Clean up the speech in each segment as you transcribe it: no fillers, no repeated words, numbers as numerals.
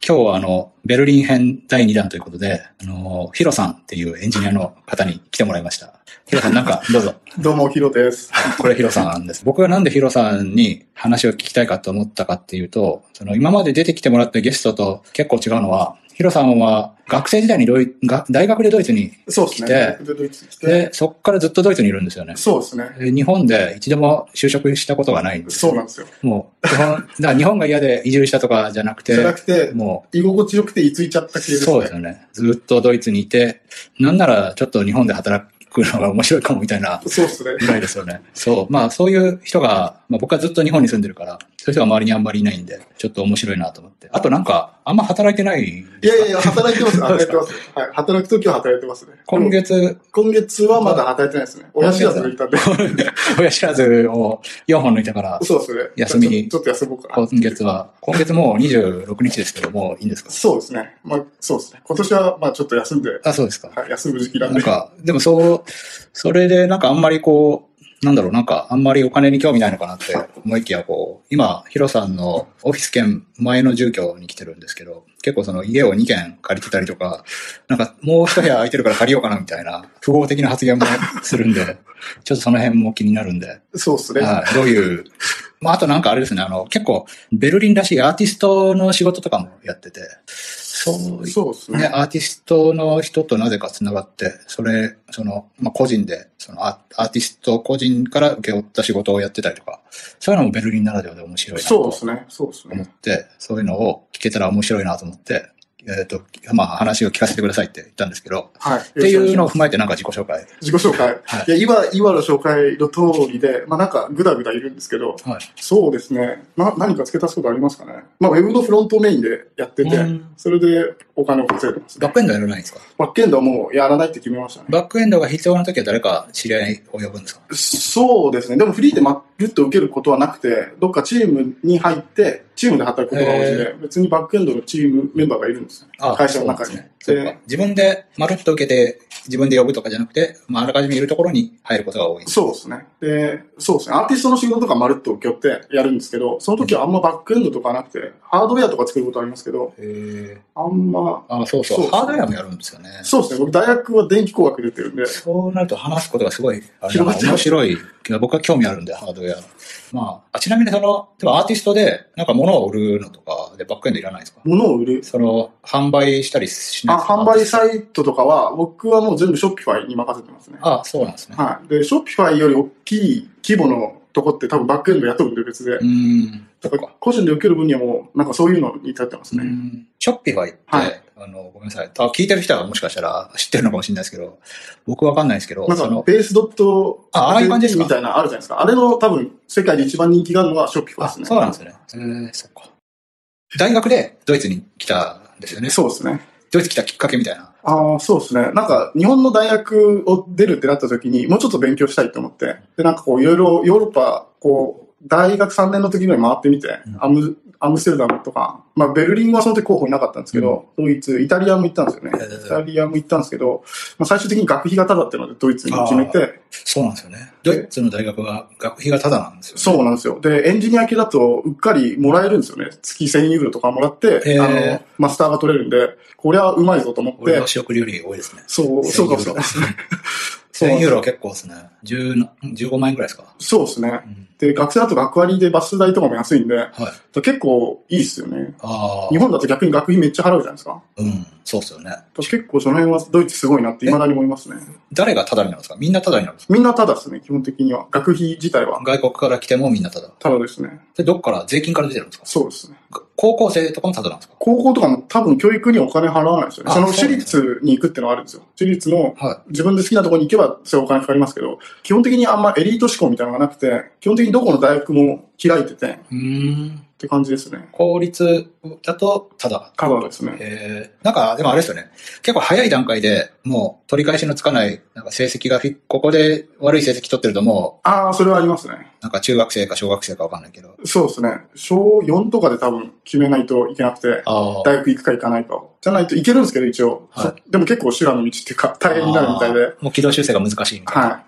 今日はベルリン編第2弾ということで、ヒロさんっていうエンジニアの方に来てもらいました。ヒロさんなんかどうぞ。 どうもヒロです。 これヒロさんです。僕がなんでヒロさんに話を聞きたいかと思ったかっていうと、今まで出てきてもらったゲストと結構違うのは、ヒロさんは学生時代に大学でドイツに来て、 そうですね。 で、そこからずっとドイツにいるんですよね。 そうですね。 日本で一度も就職したことがないんです。 そうなんですよ。 もう、だから日本が嫌で移住したとかじゃなくて、 もう、居心地よくて居ついちゃった系ですね。 そうですよね。ずっとドイツにいて、なんならちょっと日本で働くのが面白いかもみたいな。 そうですね。 ぐらいですよね。そう。まあそういう人が、僕はずっと日本に住んでるから、そういう人が周りにあんまりいないんで、ちょっと面白いなと思って。あとなんか、あんま働いてないですか？ いや、働いてます。働いてます。はい。働くときは働いてますね。 今月はまだ働いてないですね。親知らず抜いたんで。 親知らずを4本抜いたから、 そうですね。 休みに。 ちょっと休もうかな。 今月もう26日ですけど、もういいんですか？ そうですね。そうですね。今年はちょっと休んで。 あ、そうですか。 はい、休む時期なんで。 なんか、でもそれでなんかあんまりあんまりお金に興味ないのかなって思いきや今、ヒロさんのオフィス兼前の住居に来てるんですけど、結構家を2軒借りてたりとか、なんかもう一部屋空いてるから借りようかなみたいな、符号的な発言もするんで、ちょっとその辺も気になるんで。 そうですね。 どういう、あとなんかあれですね、結構ベルリンらしいアーティストの仕事とかもやってて、そうですね。アーティストの人となぜか繋がって、個人で、アーティスト個人から受け負った仕事をやってたりとか、そういうのもベルリンならではで面白いなと思って、そういうのを聞けたら面白いなと思って、話を聞かせてくださいって言ったんですけど、 はい。 っていうのを踏まえてなんか自己紹介。 はい。いや、今の紹介の通りで、なんかグダグダいるんですけど、はい。そうですね。何か付け足すことありますかね。ウェブのフロントメインでやってて、それでお金を稼いでます、ね。 バックエンドやらないんですか？ バックエンドはもうやらないって決めましたね。 バックエンドが必要な時は誰か知り合いを呼ぶんですか？ そうですね。でもフリーでまるっと受けることはなくて、どっかチームに入って、チームで働くことが多いので、別にバックエンドのチームメンバーがいるんですよ、ね。会社の中に。 で自分でまるっと受けて、自分で呼ぶとかじゃなくて、あらかじめいるところに入ることが多い。 そうですね。そうですね。アーティストの仕事とかまるっと請け負ってやるんですけど、その時はあんまバックエンドとかなくて、ハードウェアとか作ることありますけど、あんま。 そう。ハードウェアもやるんですよね。 そうですね。僕大学は電気工学出てるんで。 そうなると話すことがすごい、面白い。僕は興味あるんで、ハードウェア。ちなみにでもアーティストで、なんか物を売るのとかでバックエンドいらないですか？ 物を売る？ 販売したりしないですか？ 販売サイトとかは、僕はもう全部ショッピファイに任せてますね。 そうなんですね。 はい。で、ショッピファイより大きい規模のとこって多分バックエンド雇うんで別で。だから個人で受ける分にはもう、なんかそういうのに至ってますね。 ショッピファイって、ごめんなさい。聞いてる人はもしかしたら知ってるのかもしれないですけど、僕わかんないですけど。 なんかベースドットああいう感じですか？ みたいなあるじゃないですか。あれの多分世界で一番人気があるのはショッピファイですね。 そうなんですね。そっか。大学でドイツに来たんですよね。 そうですね。 ドイツ来たきっかけみたいな。 そうですね。なんか、日本の大学を出るってなった時に、もうちょっと勉強したいと思って。で、なんかいろいろヨーロッパ、大学3年の時ぐらい回ってみて、アムステルダムとか、ベルリンはその時候補いなかったんですけど、ドイツ、イタリアも行ったんですよね。イタリアも行ったんですけど、最終的に学費がタダっていうのでドイツに決めて。 そうなんですよね。ドイツの大学は学費がタダなんですよね。 そうなんですよ。で、エンジニア系だとうっかりもらえるんですよね。月1000ユーロとかもらって、マスターが取れるんで、これはうまいぞと思って。 俺の仕送りより多いですね。 そうかもしれないですね。 1000ユーロは結構ですね。15万円くらいですか？ そうですね。で、学生だと学割でバス代とかも安いんで、結構いいっすよね。日本だと逆に学費めっちゃ払うじゃないですか。 そうっすよね。 結構その辺はドイツすごいなって未だに思いますね。 誰がタダになるんですか？みんなタダになるんですか？ みんなタダですね、基本的には。学費自体は。 外国から来てもみんなタダ。 タダですね。 で、どっから税金から出てるんですか？ そうですね。 高校生とかもタダなんですか？ 高校とかも多分教育にお金払わないですよね。私立に行くってのがあるんですよ。私立の、自分で好きなところに行けばそういうお金かかりますけど、基本的にあんまエリート志向みたいなのがなくて、基本的にどこの大学も開いてて、って感じですね。 公立だとタダ。 タダですね。 なんか、でもあれですよね。結構早い段階でもう取り返しのつかない、なんか成績がここで悪い成績取ってるともう。それはありますね。 なんか中学生か小学生かわかんないけど。 そうですね。小4とかで多分決めないといけなくて、大学行くか行かないかを。じゃないといけるんですけど、一応。でも結構修羅の道っていうか、大変になるみたいで。 もう軌道修正が難しいみたいな。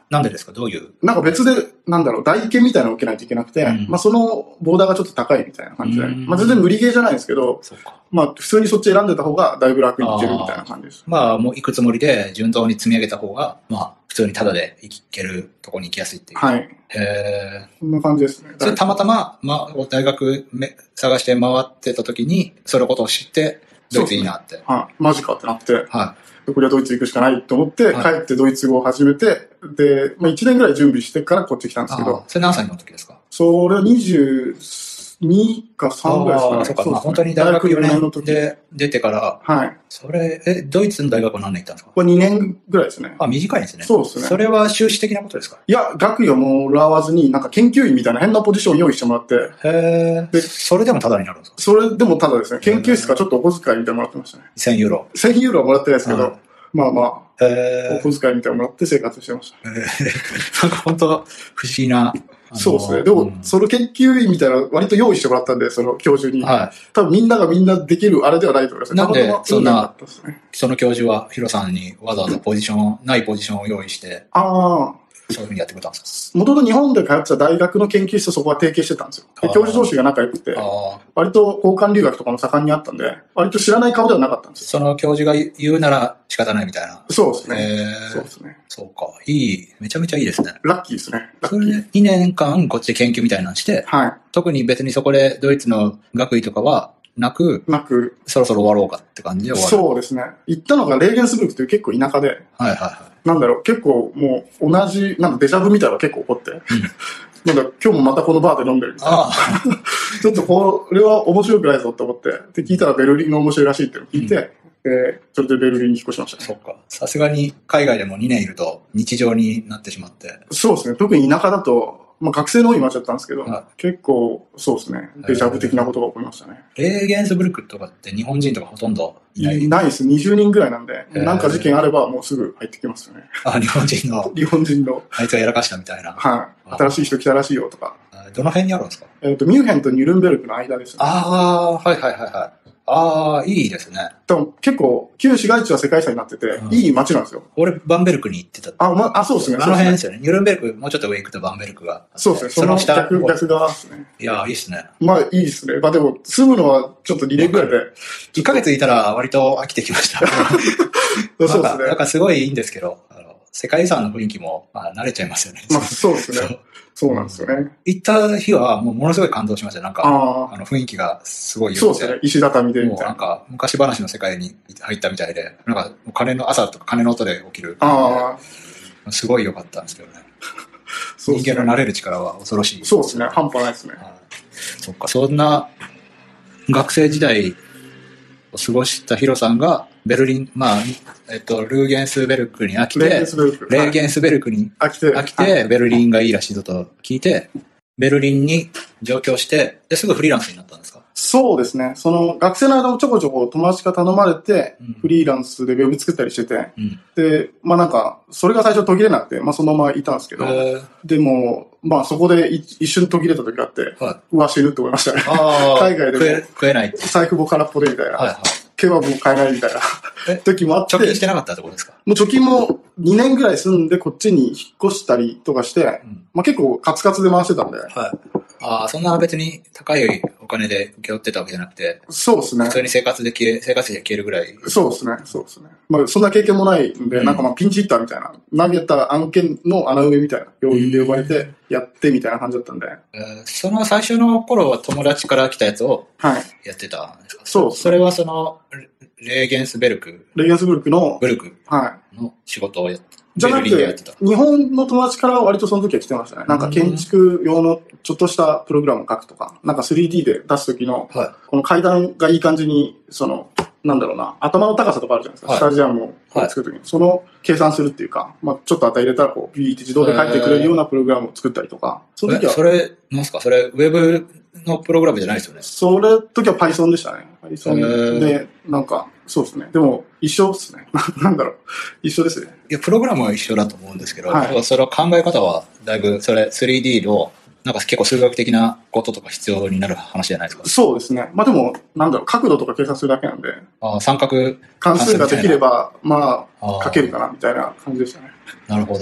なんでですか？どういう？ なんか別で、代券みたいなのを受けないといけなくて、そのボーダーがちょっと高いみたいな感じで、全然無理ゲーじゃないんですけど、普通にそっち選んでた方がだいぶ楽にいけるみたいな感じです。 もう行くつもりで順当に積み上げた方が、普通にタダで行けるとこに行きやすいっていう。 はい。そんな感じですね。 それたまたま、大学探して回ってた時に、そのことを知って、ドイツいいなって。 はい。マジかってなって。 はい。 これはドイツ行くしかないと思って、帰ってドイツ語を始めて、で、1年ぐらい準備してからこっち来たんですけど。 それ何歳の時ですか？ それは22か3ぐらいですかね。 そうか、本当に大学4年で出てから。 はい。 それ、ドイツの大学は何年行ったんですか？ これ2年ぐらいですね。 短いですね。 そうですね。 それは修士的なことですか？ いや、学位をもらわずに、なんか研究員みたいな変なポジションを用意してもらって。 で、それでもタダになるんですか？ それでもタダですね。研究室からちょっとお小遣いみたいなのもらってましたね。 1000ユーロ。 1000ユーロはもらってないですけど。お小遣いみたいなのもらって生活してました。 なんか本当不思議な。 そうですね。でも、その研究員みたいな割と用意してもらったんで、その教授に。多分みんながみんなできるあれではないと思います。 なんで、その教授はヒロさんにわざわざないポジションを用意して、そういうふうにやってくれたんですか？ もともと日本で通ってた大学の研究室とそこは提携してたんですよ。で教授同士が仲良くて、割と交換留学とかも盛んにあったんで、割と知らない顔ではなかったんですよ。 その教授が言うなら仕方ないみたいな。 そうですね。そうですね。 そうか。めちゃめちゃいいですね。 ラッキーですね。 それで2年間こっちで研究みたいなのして、特に別にそこでドイツの学位とかはなく、そろそろ終わろうかって感じで終わる。 そうですね。行ったのがレーゲンスブルクという結構田舎で、結構もう同じ、デジャブみたいなのが結構起こって、今日もまたこのバーで飲んでるみたいな。ちょっとこれは面白くないぞって思って、で聞いたらベルリンが面白いらしいっていうのを聞いて、それでベルリンに引っ越しましたね。 そっか。さすがに海外でも2年いると日常になってしまって。 そうですね。特に田舎だと、学生の多い町だったんですけど、結構、そうですね。デジャブ的なことが起こりましたね。 レーゲンスブルクとかって日本人とかほとんどいない？ いないです。20人ぐらいなんで、なんか事件あればもうすぐ入ってきますよね。 日本人の。 日本人の。 あいつがやらかしたみたいな。 はい。新しい人来たらしいよとか。 どの辺にあるんですか？ ミュンヘンとニュルンベルクの間ですね。 いいですね。 結構、旧市街地は世界遺産になってて、いい街なんですよ。 俺、バンベルクに行ってた。 そうですね。 あの辺ですよね。ニュルンベルク、もうちょっと上行くとバンベルクが。 そうですね。その下。逆側ですね。 いや、いいっすね。 いいですね。でも、住むのはちょっと2年ぐらいで。 1ヶ月いたら割と飽きてきました。そうですね。なんかすごいいいんですけど、世界遺産の雰囲気も、慣れちゃいますよね。 そうですね。そうなんですよね。 行った日はものすごい感動しました。なんか、雰囲気がすごい良くて。そうですね。石畳でみたいな。 なんか、昔話の世界に入ったみたいで、なんか、朝とか鐘の音で起きる。すごい良かったんですけどね。人間の慣れる力は恐ろしい。 そうですね。半端ないですね。 そっか、そんな学生時代を過ごしたヒロさんが、ベルリン、ルーゲンスベルクに飽きて、レーゲンスベルクに飽きて、ベルリンがいいらしいぞと聞いて、ベルリンに上京して、すぐフリーランスになったんですか？ そうですね。その学生の間もちょこちょこ友達が頼まれて、フリーランスでウェブ作ったりしてて、で、それが最初途切れなくて、そのままいたんですけど、でも、そこで一瞬途切れた時があって、うわ、死ぬって思いましたね。海外でも食えない。 財布も空っぽでみたいな。ケバブも買えないみたいな時もあって。 貯金してなかったってことですか？ もう貯金も2年ぐらい住んでこっちに引っ越したりとかして、結構カツカツで回してたんで。 そんな別に高いお金で請け負ってたわけじゃなくて。 そうですね。 普通に生活費で消えるぐらい。 そうですね。そんな経験もないんで、ピンチヒッターみたいな、投げた案件の穴埋めみたいな要因で呼ばれて、やってみたいな感じだったんで。 その最初の頃は友達から来たやつをやってたんですか？そうです。それはその、レーゲンスブルクの仕事をやってた。 じゃなくて、日本の友達から割とその時は来てましたね。なんか建築用のちょっとしたプログラムを書くとか、なんか 3D で出す時の、この階段がいい感じに、頭の高さとかあるじゃないですか。スタジアムを作る時に。その計算するっていうか、ちょっと値入れたらビーって自動で書いてくれるようなプログラムを作ったりとか。 その時は。それ、なんすか？それ、ウェブのプログラムじゃないですよね。 それ時は Python でしたね。Python で、そうですね。でも、一緒ですね。一緒ですね。 いや、プログラムは一緒だと思うんですけど、それは考え方は、だいぶ、3D の、結構数学的なこととか必要になる話じゃないですか。 そうですね。でも、角度とか計算するだけなんで。 三角関数ができれば、書けるかな、みたいな感じでしたね。 なるほど。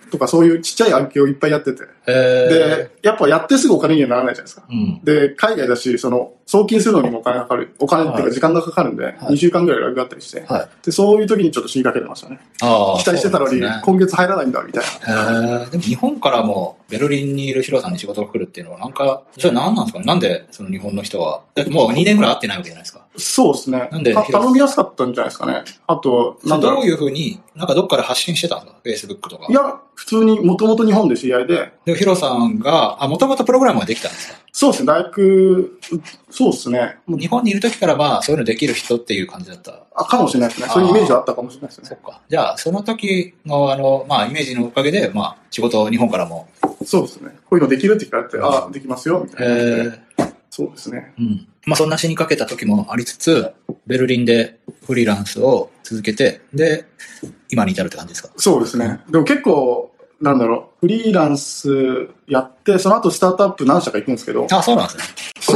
とかそういうちっちゃい案件をいっぱいやってて。で、やっぱやってすぐお金にはならないじゃないですか。で、海外だし、送金するのにもお金がかかる。お金っていうか時間がかかるんで、2週間ぐらいラグがあったりして。で、そういう時にちょっと死にかけてましたね。期待してたのに、今月入らないんだ、みたいな。 でも日本からもベルリンにいるヒロさんに仕事が来るっていうのはそれ何なんですかね。なんで日本の人は、だってもう2年ぐらい会ってないわけじゃないですか。 そうですね。 なんで頼みやすかったんじゃないですかね。あと、 どういうふうに、どっから発信してたんですか ?Facebook とか。 いや、普通にもともと日本で知り合いで。 で、ヒロさんが、もともとプログラムができたんですか？ そうですね、大学、そうですね。 日本にいる時からそういうのできる人っていう感じだった。 かもしれないですね。そういうイメージはあったかもしれないですね。 そっか。じゃあ、その時のイメージのおかげで、仕事を日本からも。 そうですね。こういうのできるって聞かれて、できますよ、みたいな。そうですね。 そんな死にかけた時もありつつ、ベルリンでフリーランスを続けて、で、今に至るって感じですか？ そうですね。でも結構、フリーランスやって、その後スタートアップ何社か行くんですけど。 そうなんですね。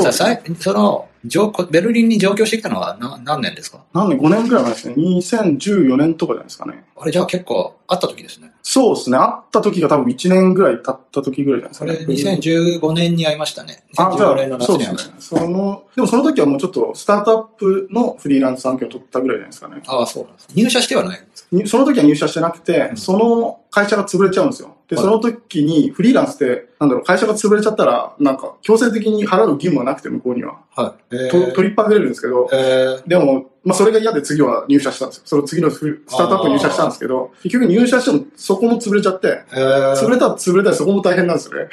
ベルリンに上京してきたのは何年ですか？ 何年 ?5 年くらい前ですね。2014年とかじゃないですかね。 あれじゃあ結構会った時ですね。 そうですね。会った時が多分1年ぐらい経った時ぐらいじゃないですかね。 これ2015年に会いましたね。2015年の夏に会いました。 でもその時はもうちょっとスタートアップのフリーランス案件を取ったぐらいじゃないですかね。 そうなんです。入社してはないんですか？ その時は入社してなくて、その会社が潰れちゃうんですよ。で、その時にフリーランスって、会社が潰れちゃったら、強制的に払う義務はなくて、向こうには。取りっぱぐれるんですけど、でも、それが嫌で次は入社したんですよ。その次のスタートアップに入社したんですけど、結局入社してもそこも潰れちゃって、潰れたら潰れたらそこも大変なんですよね。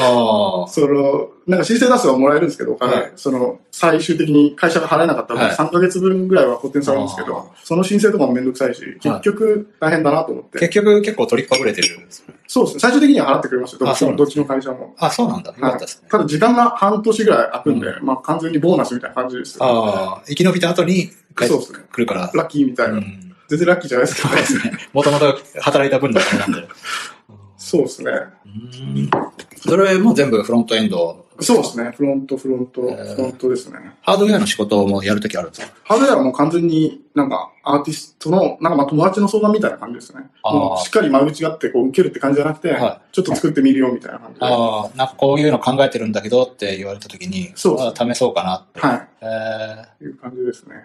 申請出せばもらえるんですけど、お金、最終的に会社が払えなかったら3ヶ月分ぐらいは補填されるんですけど、その申請とかもめんどくさいし、結局大変だなと思って。 結局結構取りっぱぐれてるんですね。 そうですね。最終的には払ってくれましたよ。どっちの会社も。 そうなんだ。よかったですね。 ただ時間が半年ぐらい空くんで、完全にボーナスみたいな感じですよ。 生き延びた後に帰ってくるから。 ラッキーみたいな。全然ラッキーじゃないですけどね。 そうですね。もともと働いた分の金なんで。 そうですね。 それも全部フロントエンド。 そうですね。フロントですね。 ハードウェアの仕事もやるときあるんですか？ ハードウェアはもう完全にアーティストの、友達の相談みたいな感じですね。しっかり間口があって受けるって感じじゃなくて、ちょっと作ってみるよみたいな感じで。 こういうの考えてるんだけどって言われたときに、試そうかなって。 いう感じですね。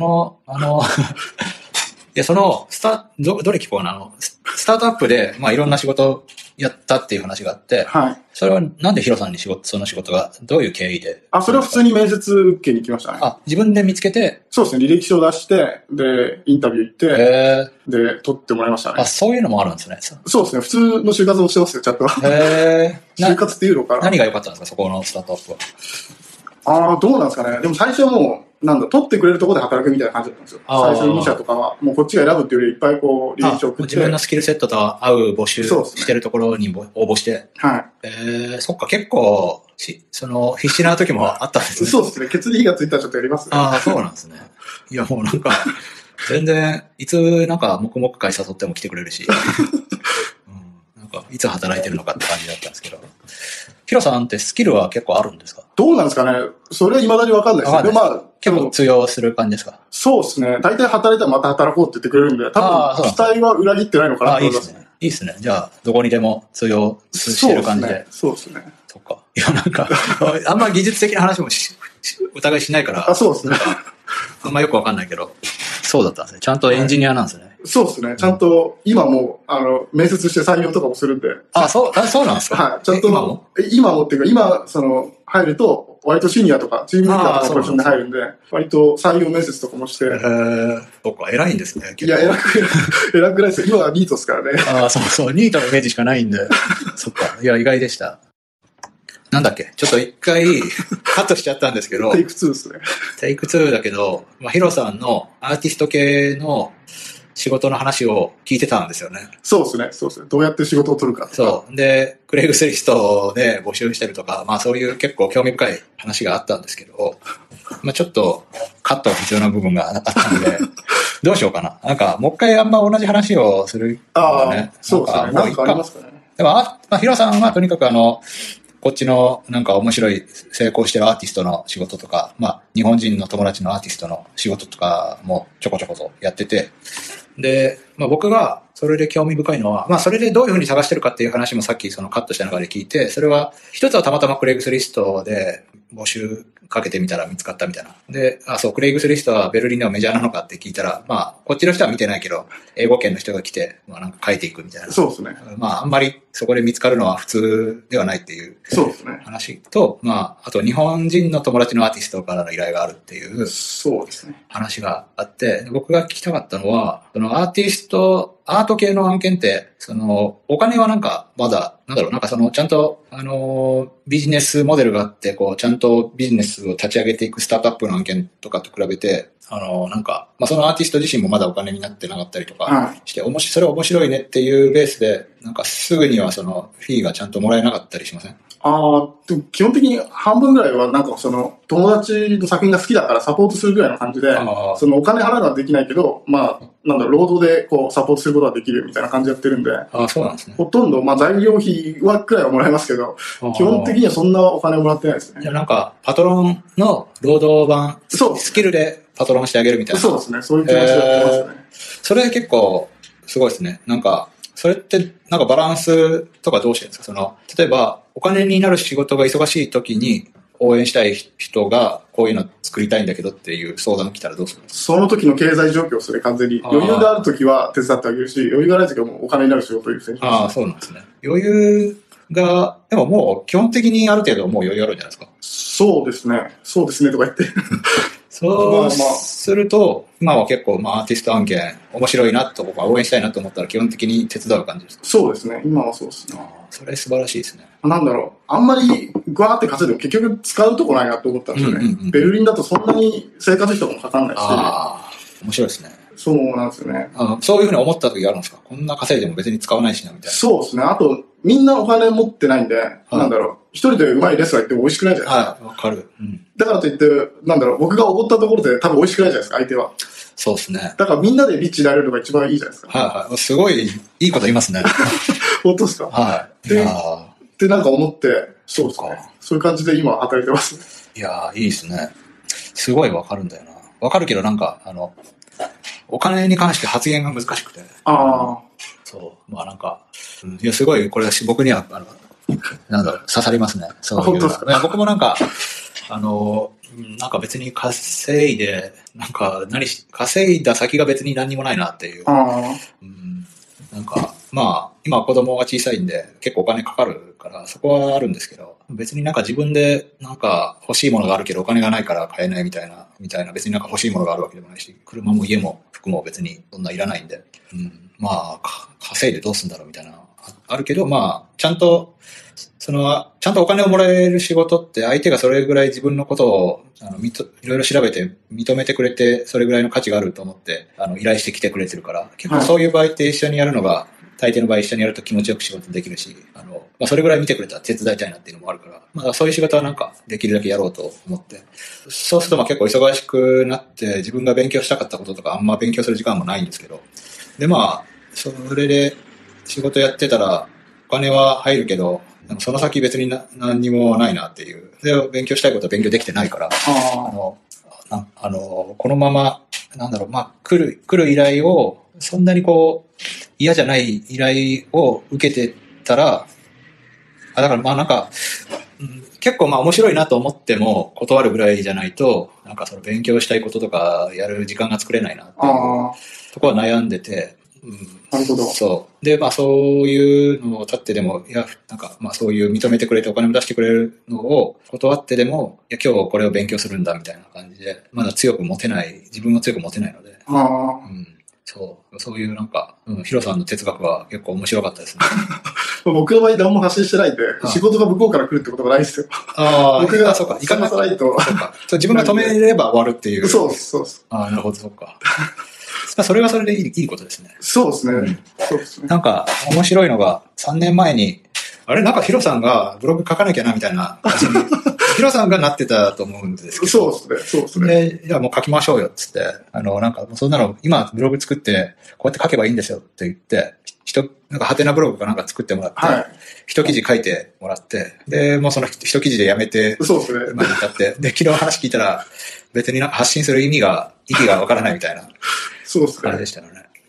どれ聞こうなスタートアップで、いろんな仕事やったっていう話があって、それはなんでヒロさんにその仕事がどういう経緯で？ それは普通に面接受けに行きましたね。 自分で見つけて？ そうですね。履歴書を出して、で、インタビュー行って、で、取ってもらいましたね。 そういうのもあるんですね。 そうですね。普通の就活をしてますよ、ちゃんと。就活っていうのかな。 何が良かったんですか、そこのスタートアップは。 どうなんですかね。でも最初はもう、取ってくれるところで働くみたいな感じだったんですよ。最初2社とかは、もうこっちが選ぶっていうよりいっぱい履歴書を送って。 自分のスキルセットと合う募集してるところに応募して。そっか、結構、必死な時もあったんですね。 そうですね。ケツに火がついたらちょっとやりますね。 そうなんですね。いや、もう全然、いつ黙々会誘っても来てくれるし。いつ働いてるのかって感じだったんですけど。ヒロさんってスキルは結構あるんですか？ どうなんですかね。それは未だに分かんないですけど、 結構通用する感じですか？ そうですね。大体働いたらまた働こうって言ってくれるんで、多分期待は裏切ってないのかなと思いますね。 いいですね。じゃあ、どこにでも通用してる感じで。 そうですね。 そっか。いや、あんま技術的な話もお互いしないから。 そうですね。 あんまよくわかんないけど。そうだったんですね。ちゃんとエンジニアなんですね。 そうですね。ちゃんと、今も、面接して採用とかもするんで。 そうなんですか？ ちゃんと、今もっていうか、今、入ると、割とシニアとか、チームリーダーとかのポジションで入るんで、割と採用面接とかもして。 そうか、偉いんですね。 いや、偉くないですよ。今はニートですからね。 そう、ニートのイメージしかないんで。そっか。いや、意外でした。なんだっけちょっと一回カットしちゃったんですけど。 テイク2ですね。 テイク2だけど、ヒロさんのアーティスト系の仕事の話を聞いてたんですよね。 そうですね。どうやって仕事を取るか。 そう。で、クレイグスリストで募集してるとか、そういう結構興味深い話があったんですけど、ちょっとカットが必要な部分があったので、どうしようかな。もう一回あんま同じ話をするのね。 そうですね。なんかありますかね。 でも、ヒロさんはとにかくこっちの面白い成功してるアーティストの仕事とか、日本人の友達のアーティストの仕事とかもちょこちょことやってて、 で、まあ僕がそれで興味深いのは、まあそれでどういうふうに探してるかっていう話もさっきそのカットした中で聞いて、それは一つはたまたまクレイグスリストで募集かけてみたら見つかったみたいな。で、そう、クレイグスリストはベルリンではメジャーなのかって聞いたら、まあこっちの人は見てないけど、英語圏の人が来て、まあなんか書いていくみたいな。 そうですね。 まああんまりそこで見つかるのは普通ではないっていう話と、まああと日本人の友達のアーティストからの依頼があるっていう話があって、僕が聞きたかったのは、そのアーティスト、アート系の案件って、その、お金はなんか、まだ、なんだろう、なんかその、ちゃんと、ビジネスモデルがあって、こう、ちゃんとビジネスを立ち上げていくスタートアップの案件とかと比べて、なんか、まあ、そのアーティスト自身もまだお金になってなかったりとかして、それ面白いねっていうベースで、なんかすぐにはその、フィーがちゃんともらえなかったりしません？ でも基本的に半分ぐらいはなんかその友達の作品が好きだからサポートするぐらいの感じで、そのお金払うのはできないけど、まあ、なんだろう、労働でこうサポートすることはできるみたいな感じでやってるんで、 そうなんですね。 ほとんど、まあ材料費はくらいはもらえますけど、基本的にはそんなお金をもらってないですね。 じゃあなんか、パトロンの労働版、スキルでパトロンしてあげるみたいな。 そうですね。そういう気持ちでやってますね。 それ結構すごいですね。なんか、それってなんかバランスとかどうしてるんですか？その、例えばお金になる仕事が忙しい時に応援したい人がこういうの作りたいんだけどっていう相談が来たらどうするんですか？ その時の経済状況をそれ完全に余裕がある時は手伝ってあげるし、余裕がない時はもうお金になる仕事を優先します。 そうなんですね。余裕が、でももう基本的にある程度もう余裕あるんじゃないですか？ そうですね。そうですねとか言って。 そうすると、今は結構、まあ、アーティスト案件、面白いなとか応援したいなと思ったら基本的に手伝う感じですか？ そうですね。今はそうですね。 それ素晴らしいですね。 なんだろう。あんまりグワーって稼いでも結局使うとこないなと思ったんですよね。ベルリンだとそんなに生活費とかもかかんないし。 面白いですね。 そうなんですよね。 そういうふうに思った時があるんですか？こんな稼いでも別に使わないしな、みたいな。 そうですね。あと、みんなお金持ってないんで、なんだろう。一人でうまいレストラン行っても美味しくないじゃないですか。 わかる。 だからといって、なんだろう。僕がおごったところで多分美味しくないじゃないですか、相手は。 そうですね。 だからみんなでリッチになれるのが一番いいじゃないですか。 すごいいいこと言いますね。 本当ですか？ってなんか思って、そうですね。そういう感じで今働いてます。 いやー、いいですね。すごいわかるんだよな。わかるけどなんか、お金に関して発言が難しくて。そう。まあなんか、いや、すごい、これ僕には、なんだろう、刺さりますね。そういう。 本当ですか？ 僕もなんか、なんか別に稼いで、なんか稼いだ先が別に何にもないなっていう。なんか、まあ、今子供が小さいんで結構お金かかるから、そこはあるんですけど、別になんか自分でなんか欲しいものがあるけどお金がないから買えないみたいな、別になんか欲しいものがあるわけでもないし、車も家も服も別にそんないらないんで、まあ、稼いでどうすんだろうみたいな、あるけど、まあ、ちゃんとお金をもらえる仕事って相手がそれぐらい自分のことをいろいろ調べて認めてくれて、それぐらいの価値があると思って依頼してきてくれてるから、結構そういう場合って一緒にやるのが、大抵の場合一緒にやると気持ちよく仕事できるし、まあ、それぐらい見てくれたら手伝いたいなっていうのもあるから、まあそういう仕事はなんかできるだけやろうと思って、そうするとまあ結構忙しくなって自分が勉強したかったこととかあんま勉強する時間もないんですけど、でまあ、それで仕事やってたらお金は入るけど、その先別に何にもないなっていう。で、勉強したいことは勉強できてないから、このまま、なんだろう、まあ、来る依頼を、そんなにこう、嫌じゃない依頼を受けてたら、だからまあなんか、結構まあ面白いなと思っても断るぐらいじゃないと、なんかその勉強したいこととかやる時間が作れないなっていうところは悩んでて、 なるほど。 そう。で、まあそういうのを立ってでも、いや、なんかまあそういう認めてくれてお金も出してくれるのを断ってでも、いや今日これを勉強するんだみたいな感じで、まだ自分を強く持てないので。そういうなんか、ヒロさんの哲学は結構面白かったですね。 僕の場合何も発信してないんで、仕事が向こうから来るってことがないですよ。僕がそうか、行かないと。 自分が止めれば終わるっていう。 そうです。 なるほど、そうか。それはそれでいいことですね。 そうですね。 なんか、面白いのが、3年前に、なんかヒロさんがブログ書かなきゃな、みたいな感じに、ヒロさんがなってたと思うんですけど。 そうですね。 で、じゃあもう書きましょうよ、つって、なんか、そんなの、今ブログ作って、こうやって書けばいいんですよって言って、なんかハテナブログかなんか作ってもらって、一記事書いてもらって、で、もうその一記事でやめて、今に至って、で、昨日話聞いたら、別になんか発信する意義がわからないみたいな。 そうですね。 あれでしたよね。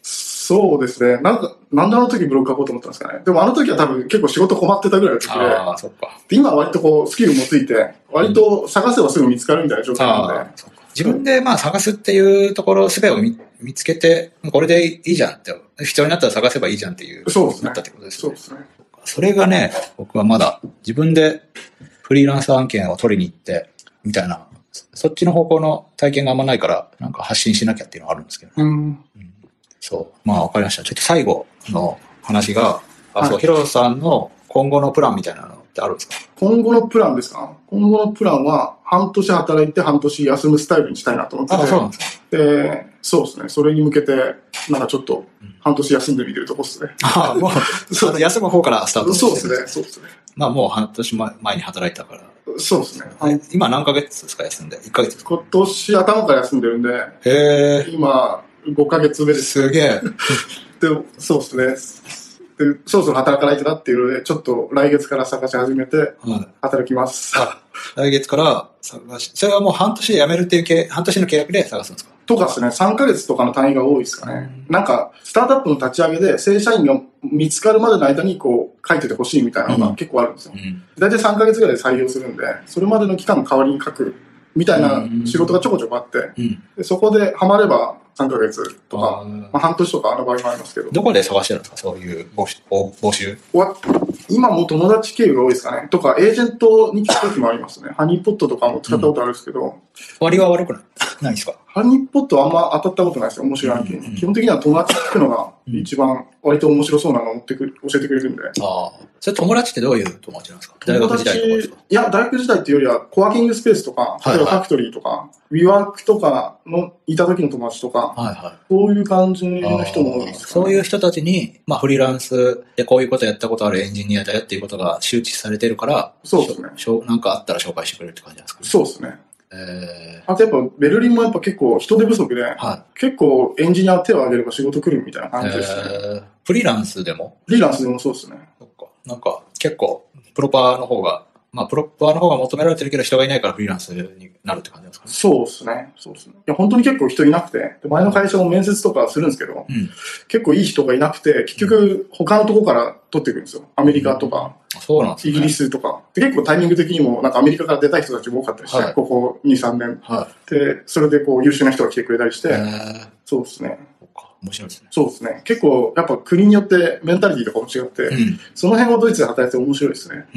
そうですね。なんであの時ブログ書こうと思ったんですかね。でもあの時は多分結構仕事困ってたぐらいの時で。 ああ、そっか。 で、今は割とこうスキルもついて、割と探せばすぐ見つかるみたいな状態なんで。 自分でまあ探すっていうところ、術を見つけて、これでいいじゃんって、必要になったら探せばいいじゃんっていう、 そうですね。 なったってことですね。 そうですね。 それがね、僕はまだ自分でフリーランス案件を取りに行って、みたいな、そっちの方向の体験があんまないから、なんか発信しなきゃっていうのがあるんですけど、そう。まあわかりました。ちょっと最後の話が、そう、ヒロさんの今後のプランみたいなのってあるんですか？ 今後のプランですか？今後のプランは、半年働いて半年休むスタイルにしたいなと思ってて。 そうなんですか？ で、そうですね。それに向けて、なんかちょっと、半年休んでみてるとこですね。 もう、そう休む方からスタートそうですね。そうですね。 まあもう半年前に働いたから。 そうですね。 今何ヶ月ですか、休んで？1ヶ月？ 今年頭から休んでるんで、今5ヶ月目です。 すげえ。 で、そうですね。で、そろそろ働かないとなっていうので、ちょっと来月から探し始めて、働きます。 来月から探し、それはもう半年で辞めるっていう半年の契約で探すんですか？ とかですね、3ヶ月とかの単位が多いですかね。なんか、スタートアップの立ち上げで、正社員が見つかるまでの間に、こう、書いててほしいみたいなのが結構あるんですよ。だいたい3ヶ月ぐらいで採用するんで、それまでの期間の代わりに書く、みたいな仕事がちょこちょこあって、でそこでハマれば3ヶ月とか、半年とかの場合もありますけど。 どこで探してるんですか？そういう募集。 今も友達経由が多いですかね。とか、エージェントに聞くときもありますね。ハニーポットとかも使ったことあるんですけど。 割は悪くないですか？ ハニーポットはあんま当たったことないですよ。面白い案件に。基本的には友達聞くのが一番割と面白そうなのを教えてくれるんで。 それ友達ってどういう友達なんですか？大学時代とかですか？ いや、大学時代っていうよりは、コワーキングスペースとか、例えばファクトリーとか、ウィワークとかのいた時の友達とか、そういう感じの人も多いですかね。 そういう人たちに、まあフリーランスでこういうことやったことあるエンジニアだよっていうことが周知されてるから、 そうですね。 なんかあったら紹介してくれるって感じなんですか？ そうですね。あとやっぱベルリンもやっぱ結構人手不足で、結構エンジニア手を挙げれば仕事来るみたいな感じですね。 フリーランスでも？ フリーランスでもそうですね。 なんか結構プロパーの方が、まあプロパーの方が求められてるけど人がいないからフリーランスになるって感じですかね。 そうですね。そうですね。いや本当に結構人いなくて、前の会社も面接とかするんですけど、結構いい人がいなくて、結局他のとこから取っていくんですよ。アメリカとか。 そうなんですね。 イギリスとか。で結構タイミング的にもなんかアメリカから出たい人たちも多かったりして、ここ2、3年。で、それでこう優秀な人が来てくれたりして、そうですね。 面白いですね。 そうですね。結構やっぱ国によってメンタリティとかも違って、その辺をドイツで働いて面白いですね。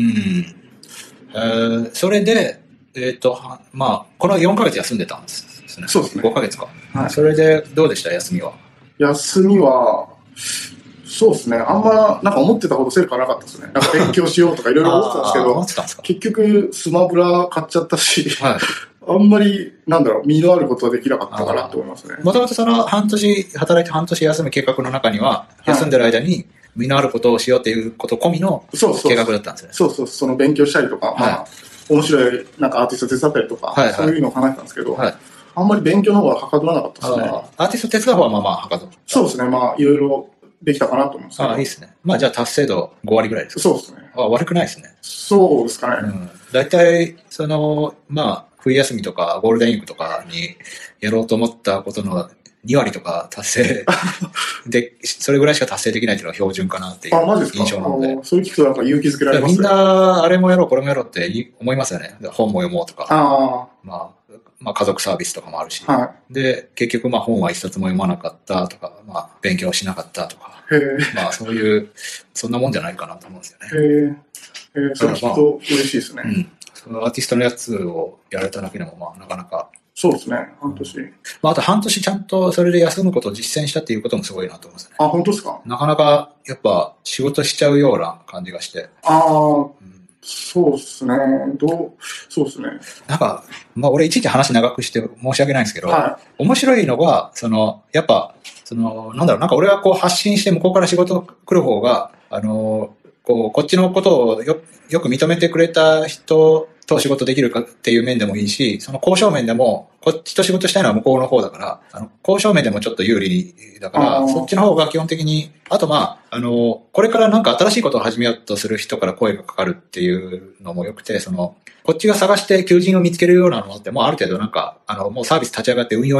それで、まあ、この4ヶ月休んでたんですね。 そうですね。 5ヶ月か。それでどうでした休みは？ 休みは、そうですね。あんま、なんか思ってたほど成果なかったですね。なんか勉強しようとかいろいろ思ってたんですけど、結局スマブラ買っちゃったし、あんまり、なんだろう、身のあることはできなかったかなと思いますね。 もともとその働いて半年休む計画の中には、休んでる間に身のあることをしようっていうこと込みの計画だったんですね。 そう、その勉強したりとか、まあ、面白いなんかアーティスト手伝ったりとか、そういうのを考えてたんですけど、あんまり勉強の方ははかどらなかったですね。 アーティスト手伝う方はまあまあはかどる。 そうですね。まあ、いろいろできたかなと思います。 いいですね。まあじゃあ達成度5割ぐらいですか？ そうですね。 悪くないですね。 そうですかね。 だいたい、まあ、冬休みとかゴールデンウィークとかにやろうと思ったことの2割とか達成で、それぐらいしか達成できないっていうのが標準かなっていう印象なので。 そういう聞くとなんか勇気づけられますね。 みんな、あれもやろう、これもやろうって思いますよね。本も読もうとか。まあ家族サービスとかもあるし。で、結局まあ本は一冊も読まなかったとか、まあ勉強しなかったとか。まあそういう、そんなもんじゃないかなと思うんですよね。 それ聞くと嬉しいですね。 そのアーティストのやつをやれただけでもまあなかなか。 そうですね、半年。 まああと半年ちゃんとそれで休むことを実践したっていうこともすごいなと思いますね。 本当ですか？ なかなかやっぱ仕事しちゃうような感じがして。 そうですね。そうですね。 なんか、まあ俺いちいち話長くして申し訳ないんですけど、面白いのが、やっぱ、なんだろう、なんか俺がこう発信して向こうから仕事来る方が、こっちのことをよく認めてくれた人と仕事できるかっていう面でもいいし、その交渉面でも、こっちと仕事したいのは向こうの方だから、交渉面でもちょっと有利だから、そっちの方が基本的に、あとまあ、これからなんか新しいことを始めようとする人から声がかかるっていうのも良くて、こっちが探して求人を見つけるようなのって、もうある程度なんか、もうサービス立ち上がって運用に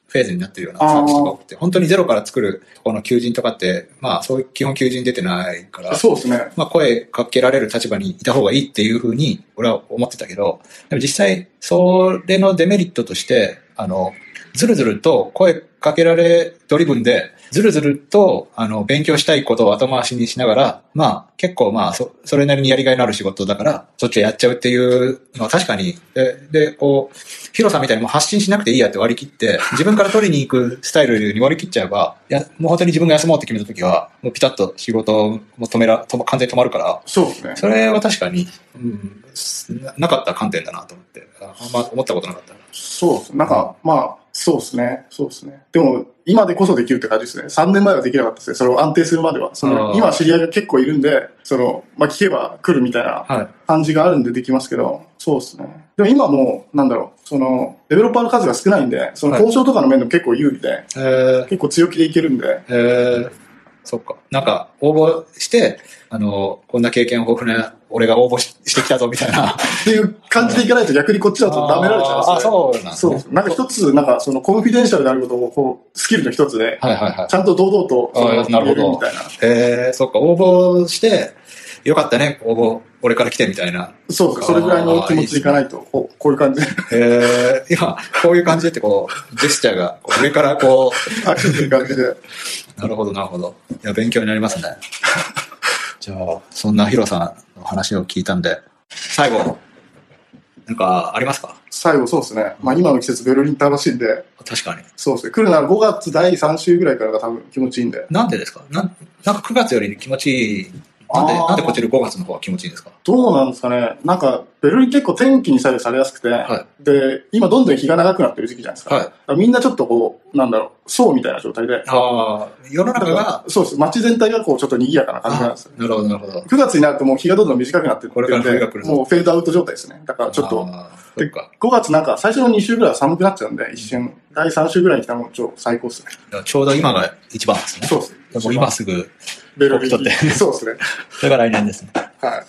フェーズになってるようなサービスとか多くて、本当にゼロから作るこの求人とかって、まあそういう基本求人出てないから、 そうですね。 まあ声かけられる立場にいた方がいいっていうふうに俺は思ってたけど、でも実際それのデメリットとして、ずるずると声かけられドリブンで、ずるずると、勉強したいことを後回しにしながら、まあ、結構まあ、それなりにやりがいのある仕事だから、そっちやっちゃうっていうのは確かに、で、こう、ヒロさんみたいにもう発信しなくていいやって割り切って、自分から取りに行くスタイルに割り切っちゃえば、もう本当に自分が休もうって決めたときは、もうピタッと仕事も完全に止まるから、 そうですね。 それは確かに、なかった観点だなと思って、あんま思ったことなかった。 そうです。なんか、まあ、そうですね。そうですね。でも、今でこそできるって感じですね。3年前はできなかったですね。それを安定するまでは。今知り合いが結構いるんで、まあ、聞けば来るみたいな感じがあるんでできますけど、そうですね。でも今も、なんだろう、デベロッパーの数が少ないんで、交渉とかの面でも結構有利で、結構強気でいけるんで。 そっか。なんか、応募して、こんな経験豊富な、俺が応募してきたぞ、みたいな。 っていう感じでいかないと逆にこっちだとダメられちゃいますね。 そうなんですね。 そう。なんか一つ、なんかコンフィデンシャルであることを、こう、スキルの一つで、ちゃんと堂々と、 なるほど。 みたいな。 そっか、応募して、よかったね、応募、俺から来てみたいな。 そうです。それぐらいの気持ちでいかないと、こういう感じで。今、こういう感じでってこう、ジェスチャーが、上からこう、 っていう感じで。 なるほど、なるほど。いや、勉強になりますね。じゃあ、そんなヒロさんの話を聞いたんで、最後、なんかありますか？ 最後そうですね。まあ今の季節ベルリン楽しいんで。 確かに。 そうですね。来るなら5月第3週ぐらいからが多分気持ちいいんで。 なんでですか？なんか9月より気持ちいい。なんでこっちで5月の方が気持ちいいんですか？ どうなんですかね。なんか、ベルリン結構天気に左右されやすくて、で、今どんどん日が長くなってる時期じゃないですか。みんなちょっとこう、なんだろう、層みたいな状態で。世の中が。そうです。街全体がこう、ちょっと賑やかな感じなんですよ。 なるほど、なるほど。 9月になるともう日がどんどん短くなってってこれから冬が来る。 もうフェードアウト状態ですね。だからちょっと。で、5月なんか最初の2週ぐらいは寒くなっちゃうんで、一瞬。第3週ぐらいに来たらもう最高ですね。 ちょうど今が一番ですね。 そうですね。 もう今すぐ。 ベルリンに。そうですね。 それが来年ですね。 はい。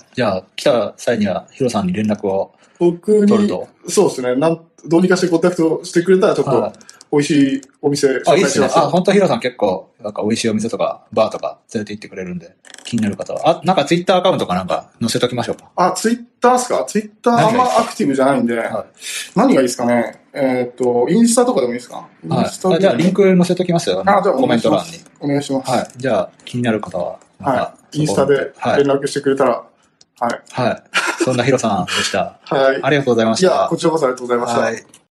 じゃあ、来た際には、ヒロさんに連絡を僕に、そうですね。どうにかしてコンタクトしてくれたら、ちょっと、美味しいお店紹介します。 いいですね。本当ヒロさん結構、なんか美味しいお店とか、バーとか連れて行ってくれるんで、気になる方は。なんかツイッターアカウントかなんか載せときましょうか。 ツイッターですか？ツイッターあんまアクティブじゃないんで、何がいいですかね？インスタとかでもいいですか？インスタじゃあリンク載せときますよ。 じゃあコメント欄に。 お願いします。 はい。じゃあ、気になる方は、 インスタで連絡してくれたら、 はい。そんなヒロさんでした。 はい。 ありがとうございました。 いや、こちらこそありがとうございました。 はい。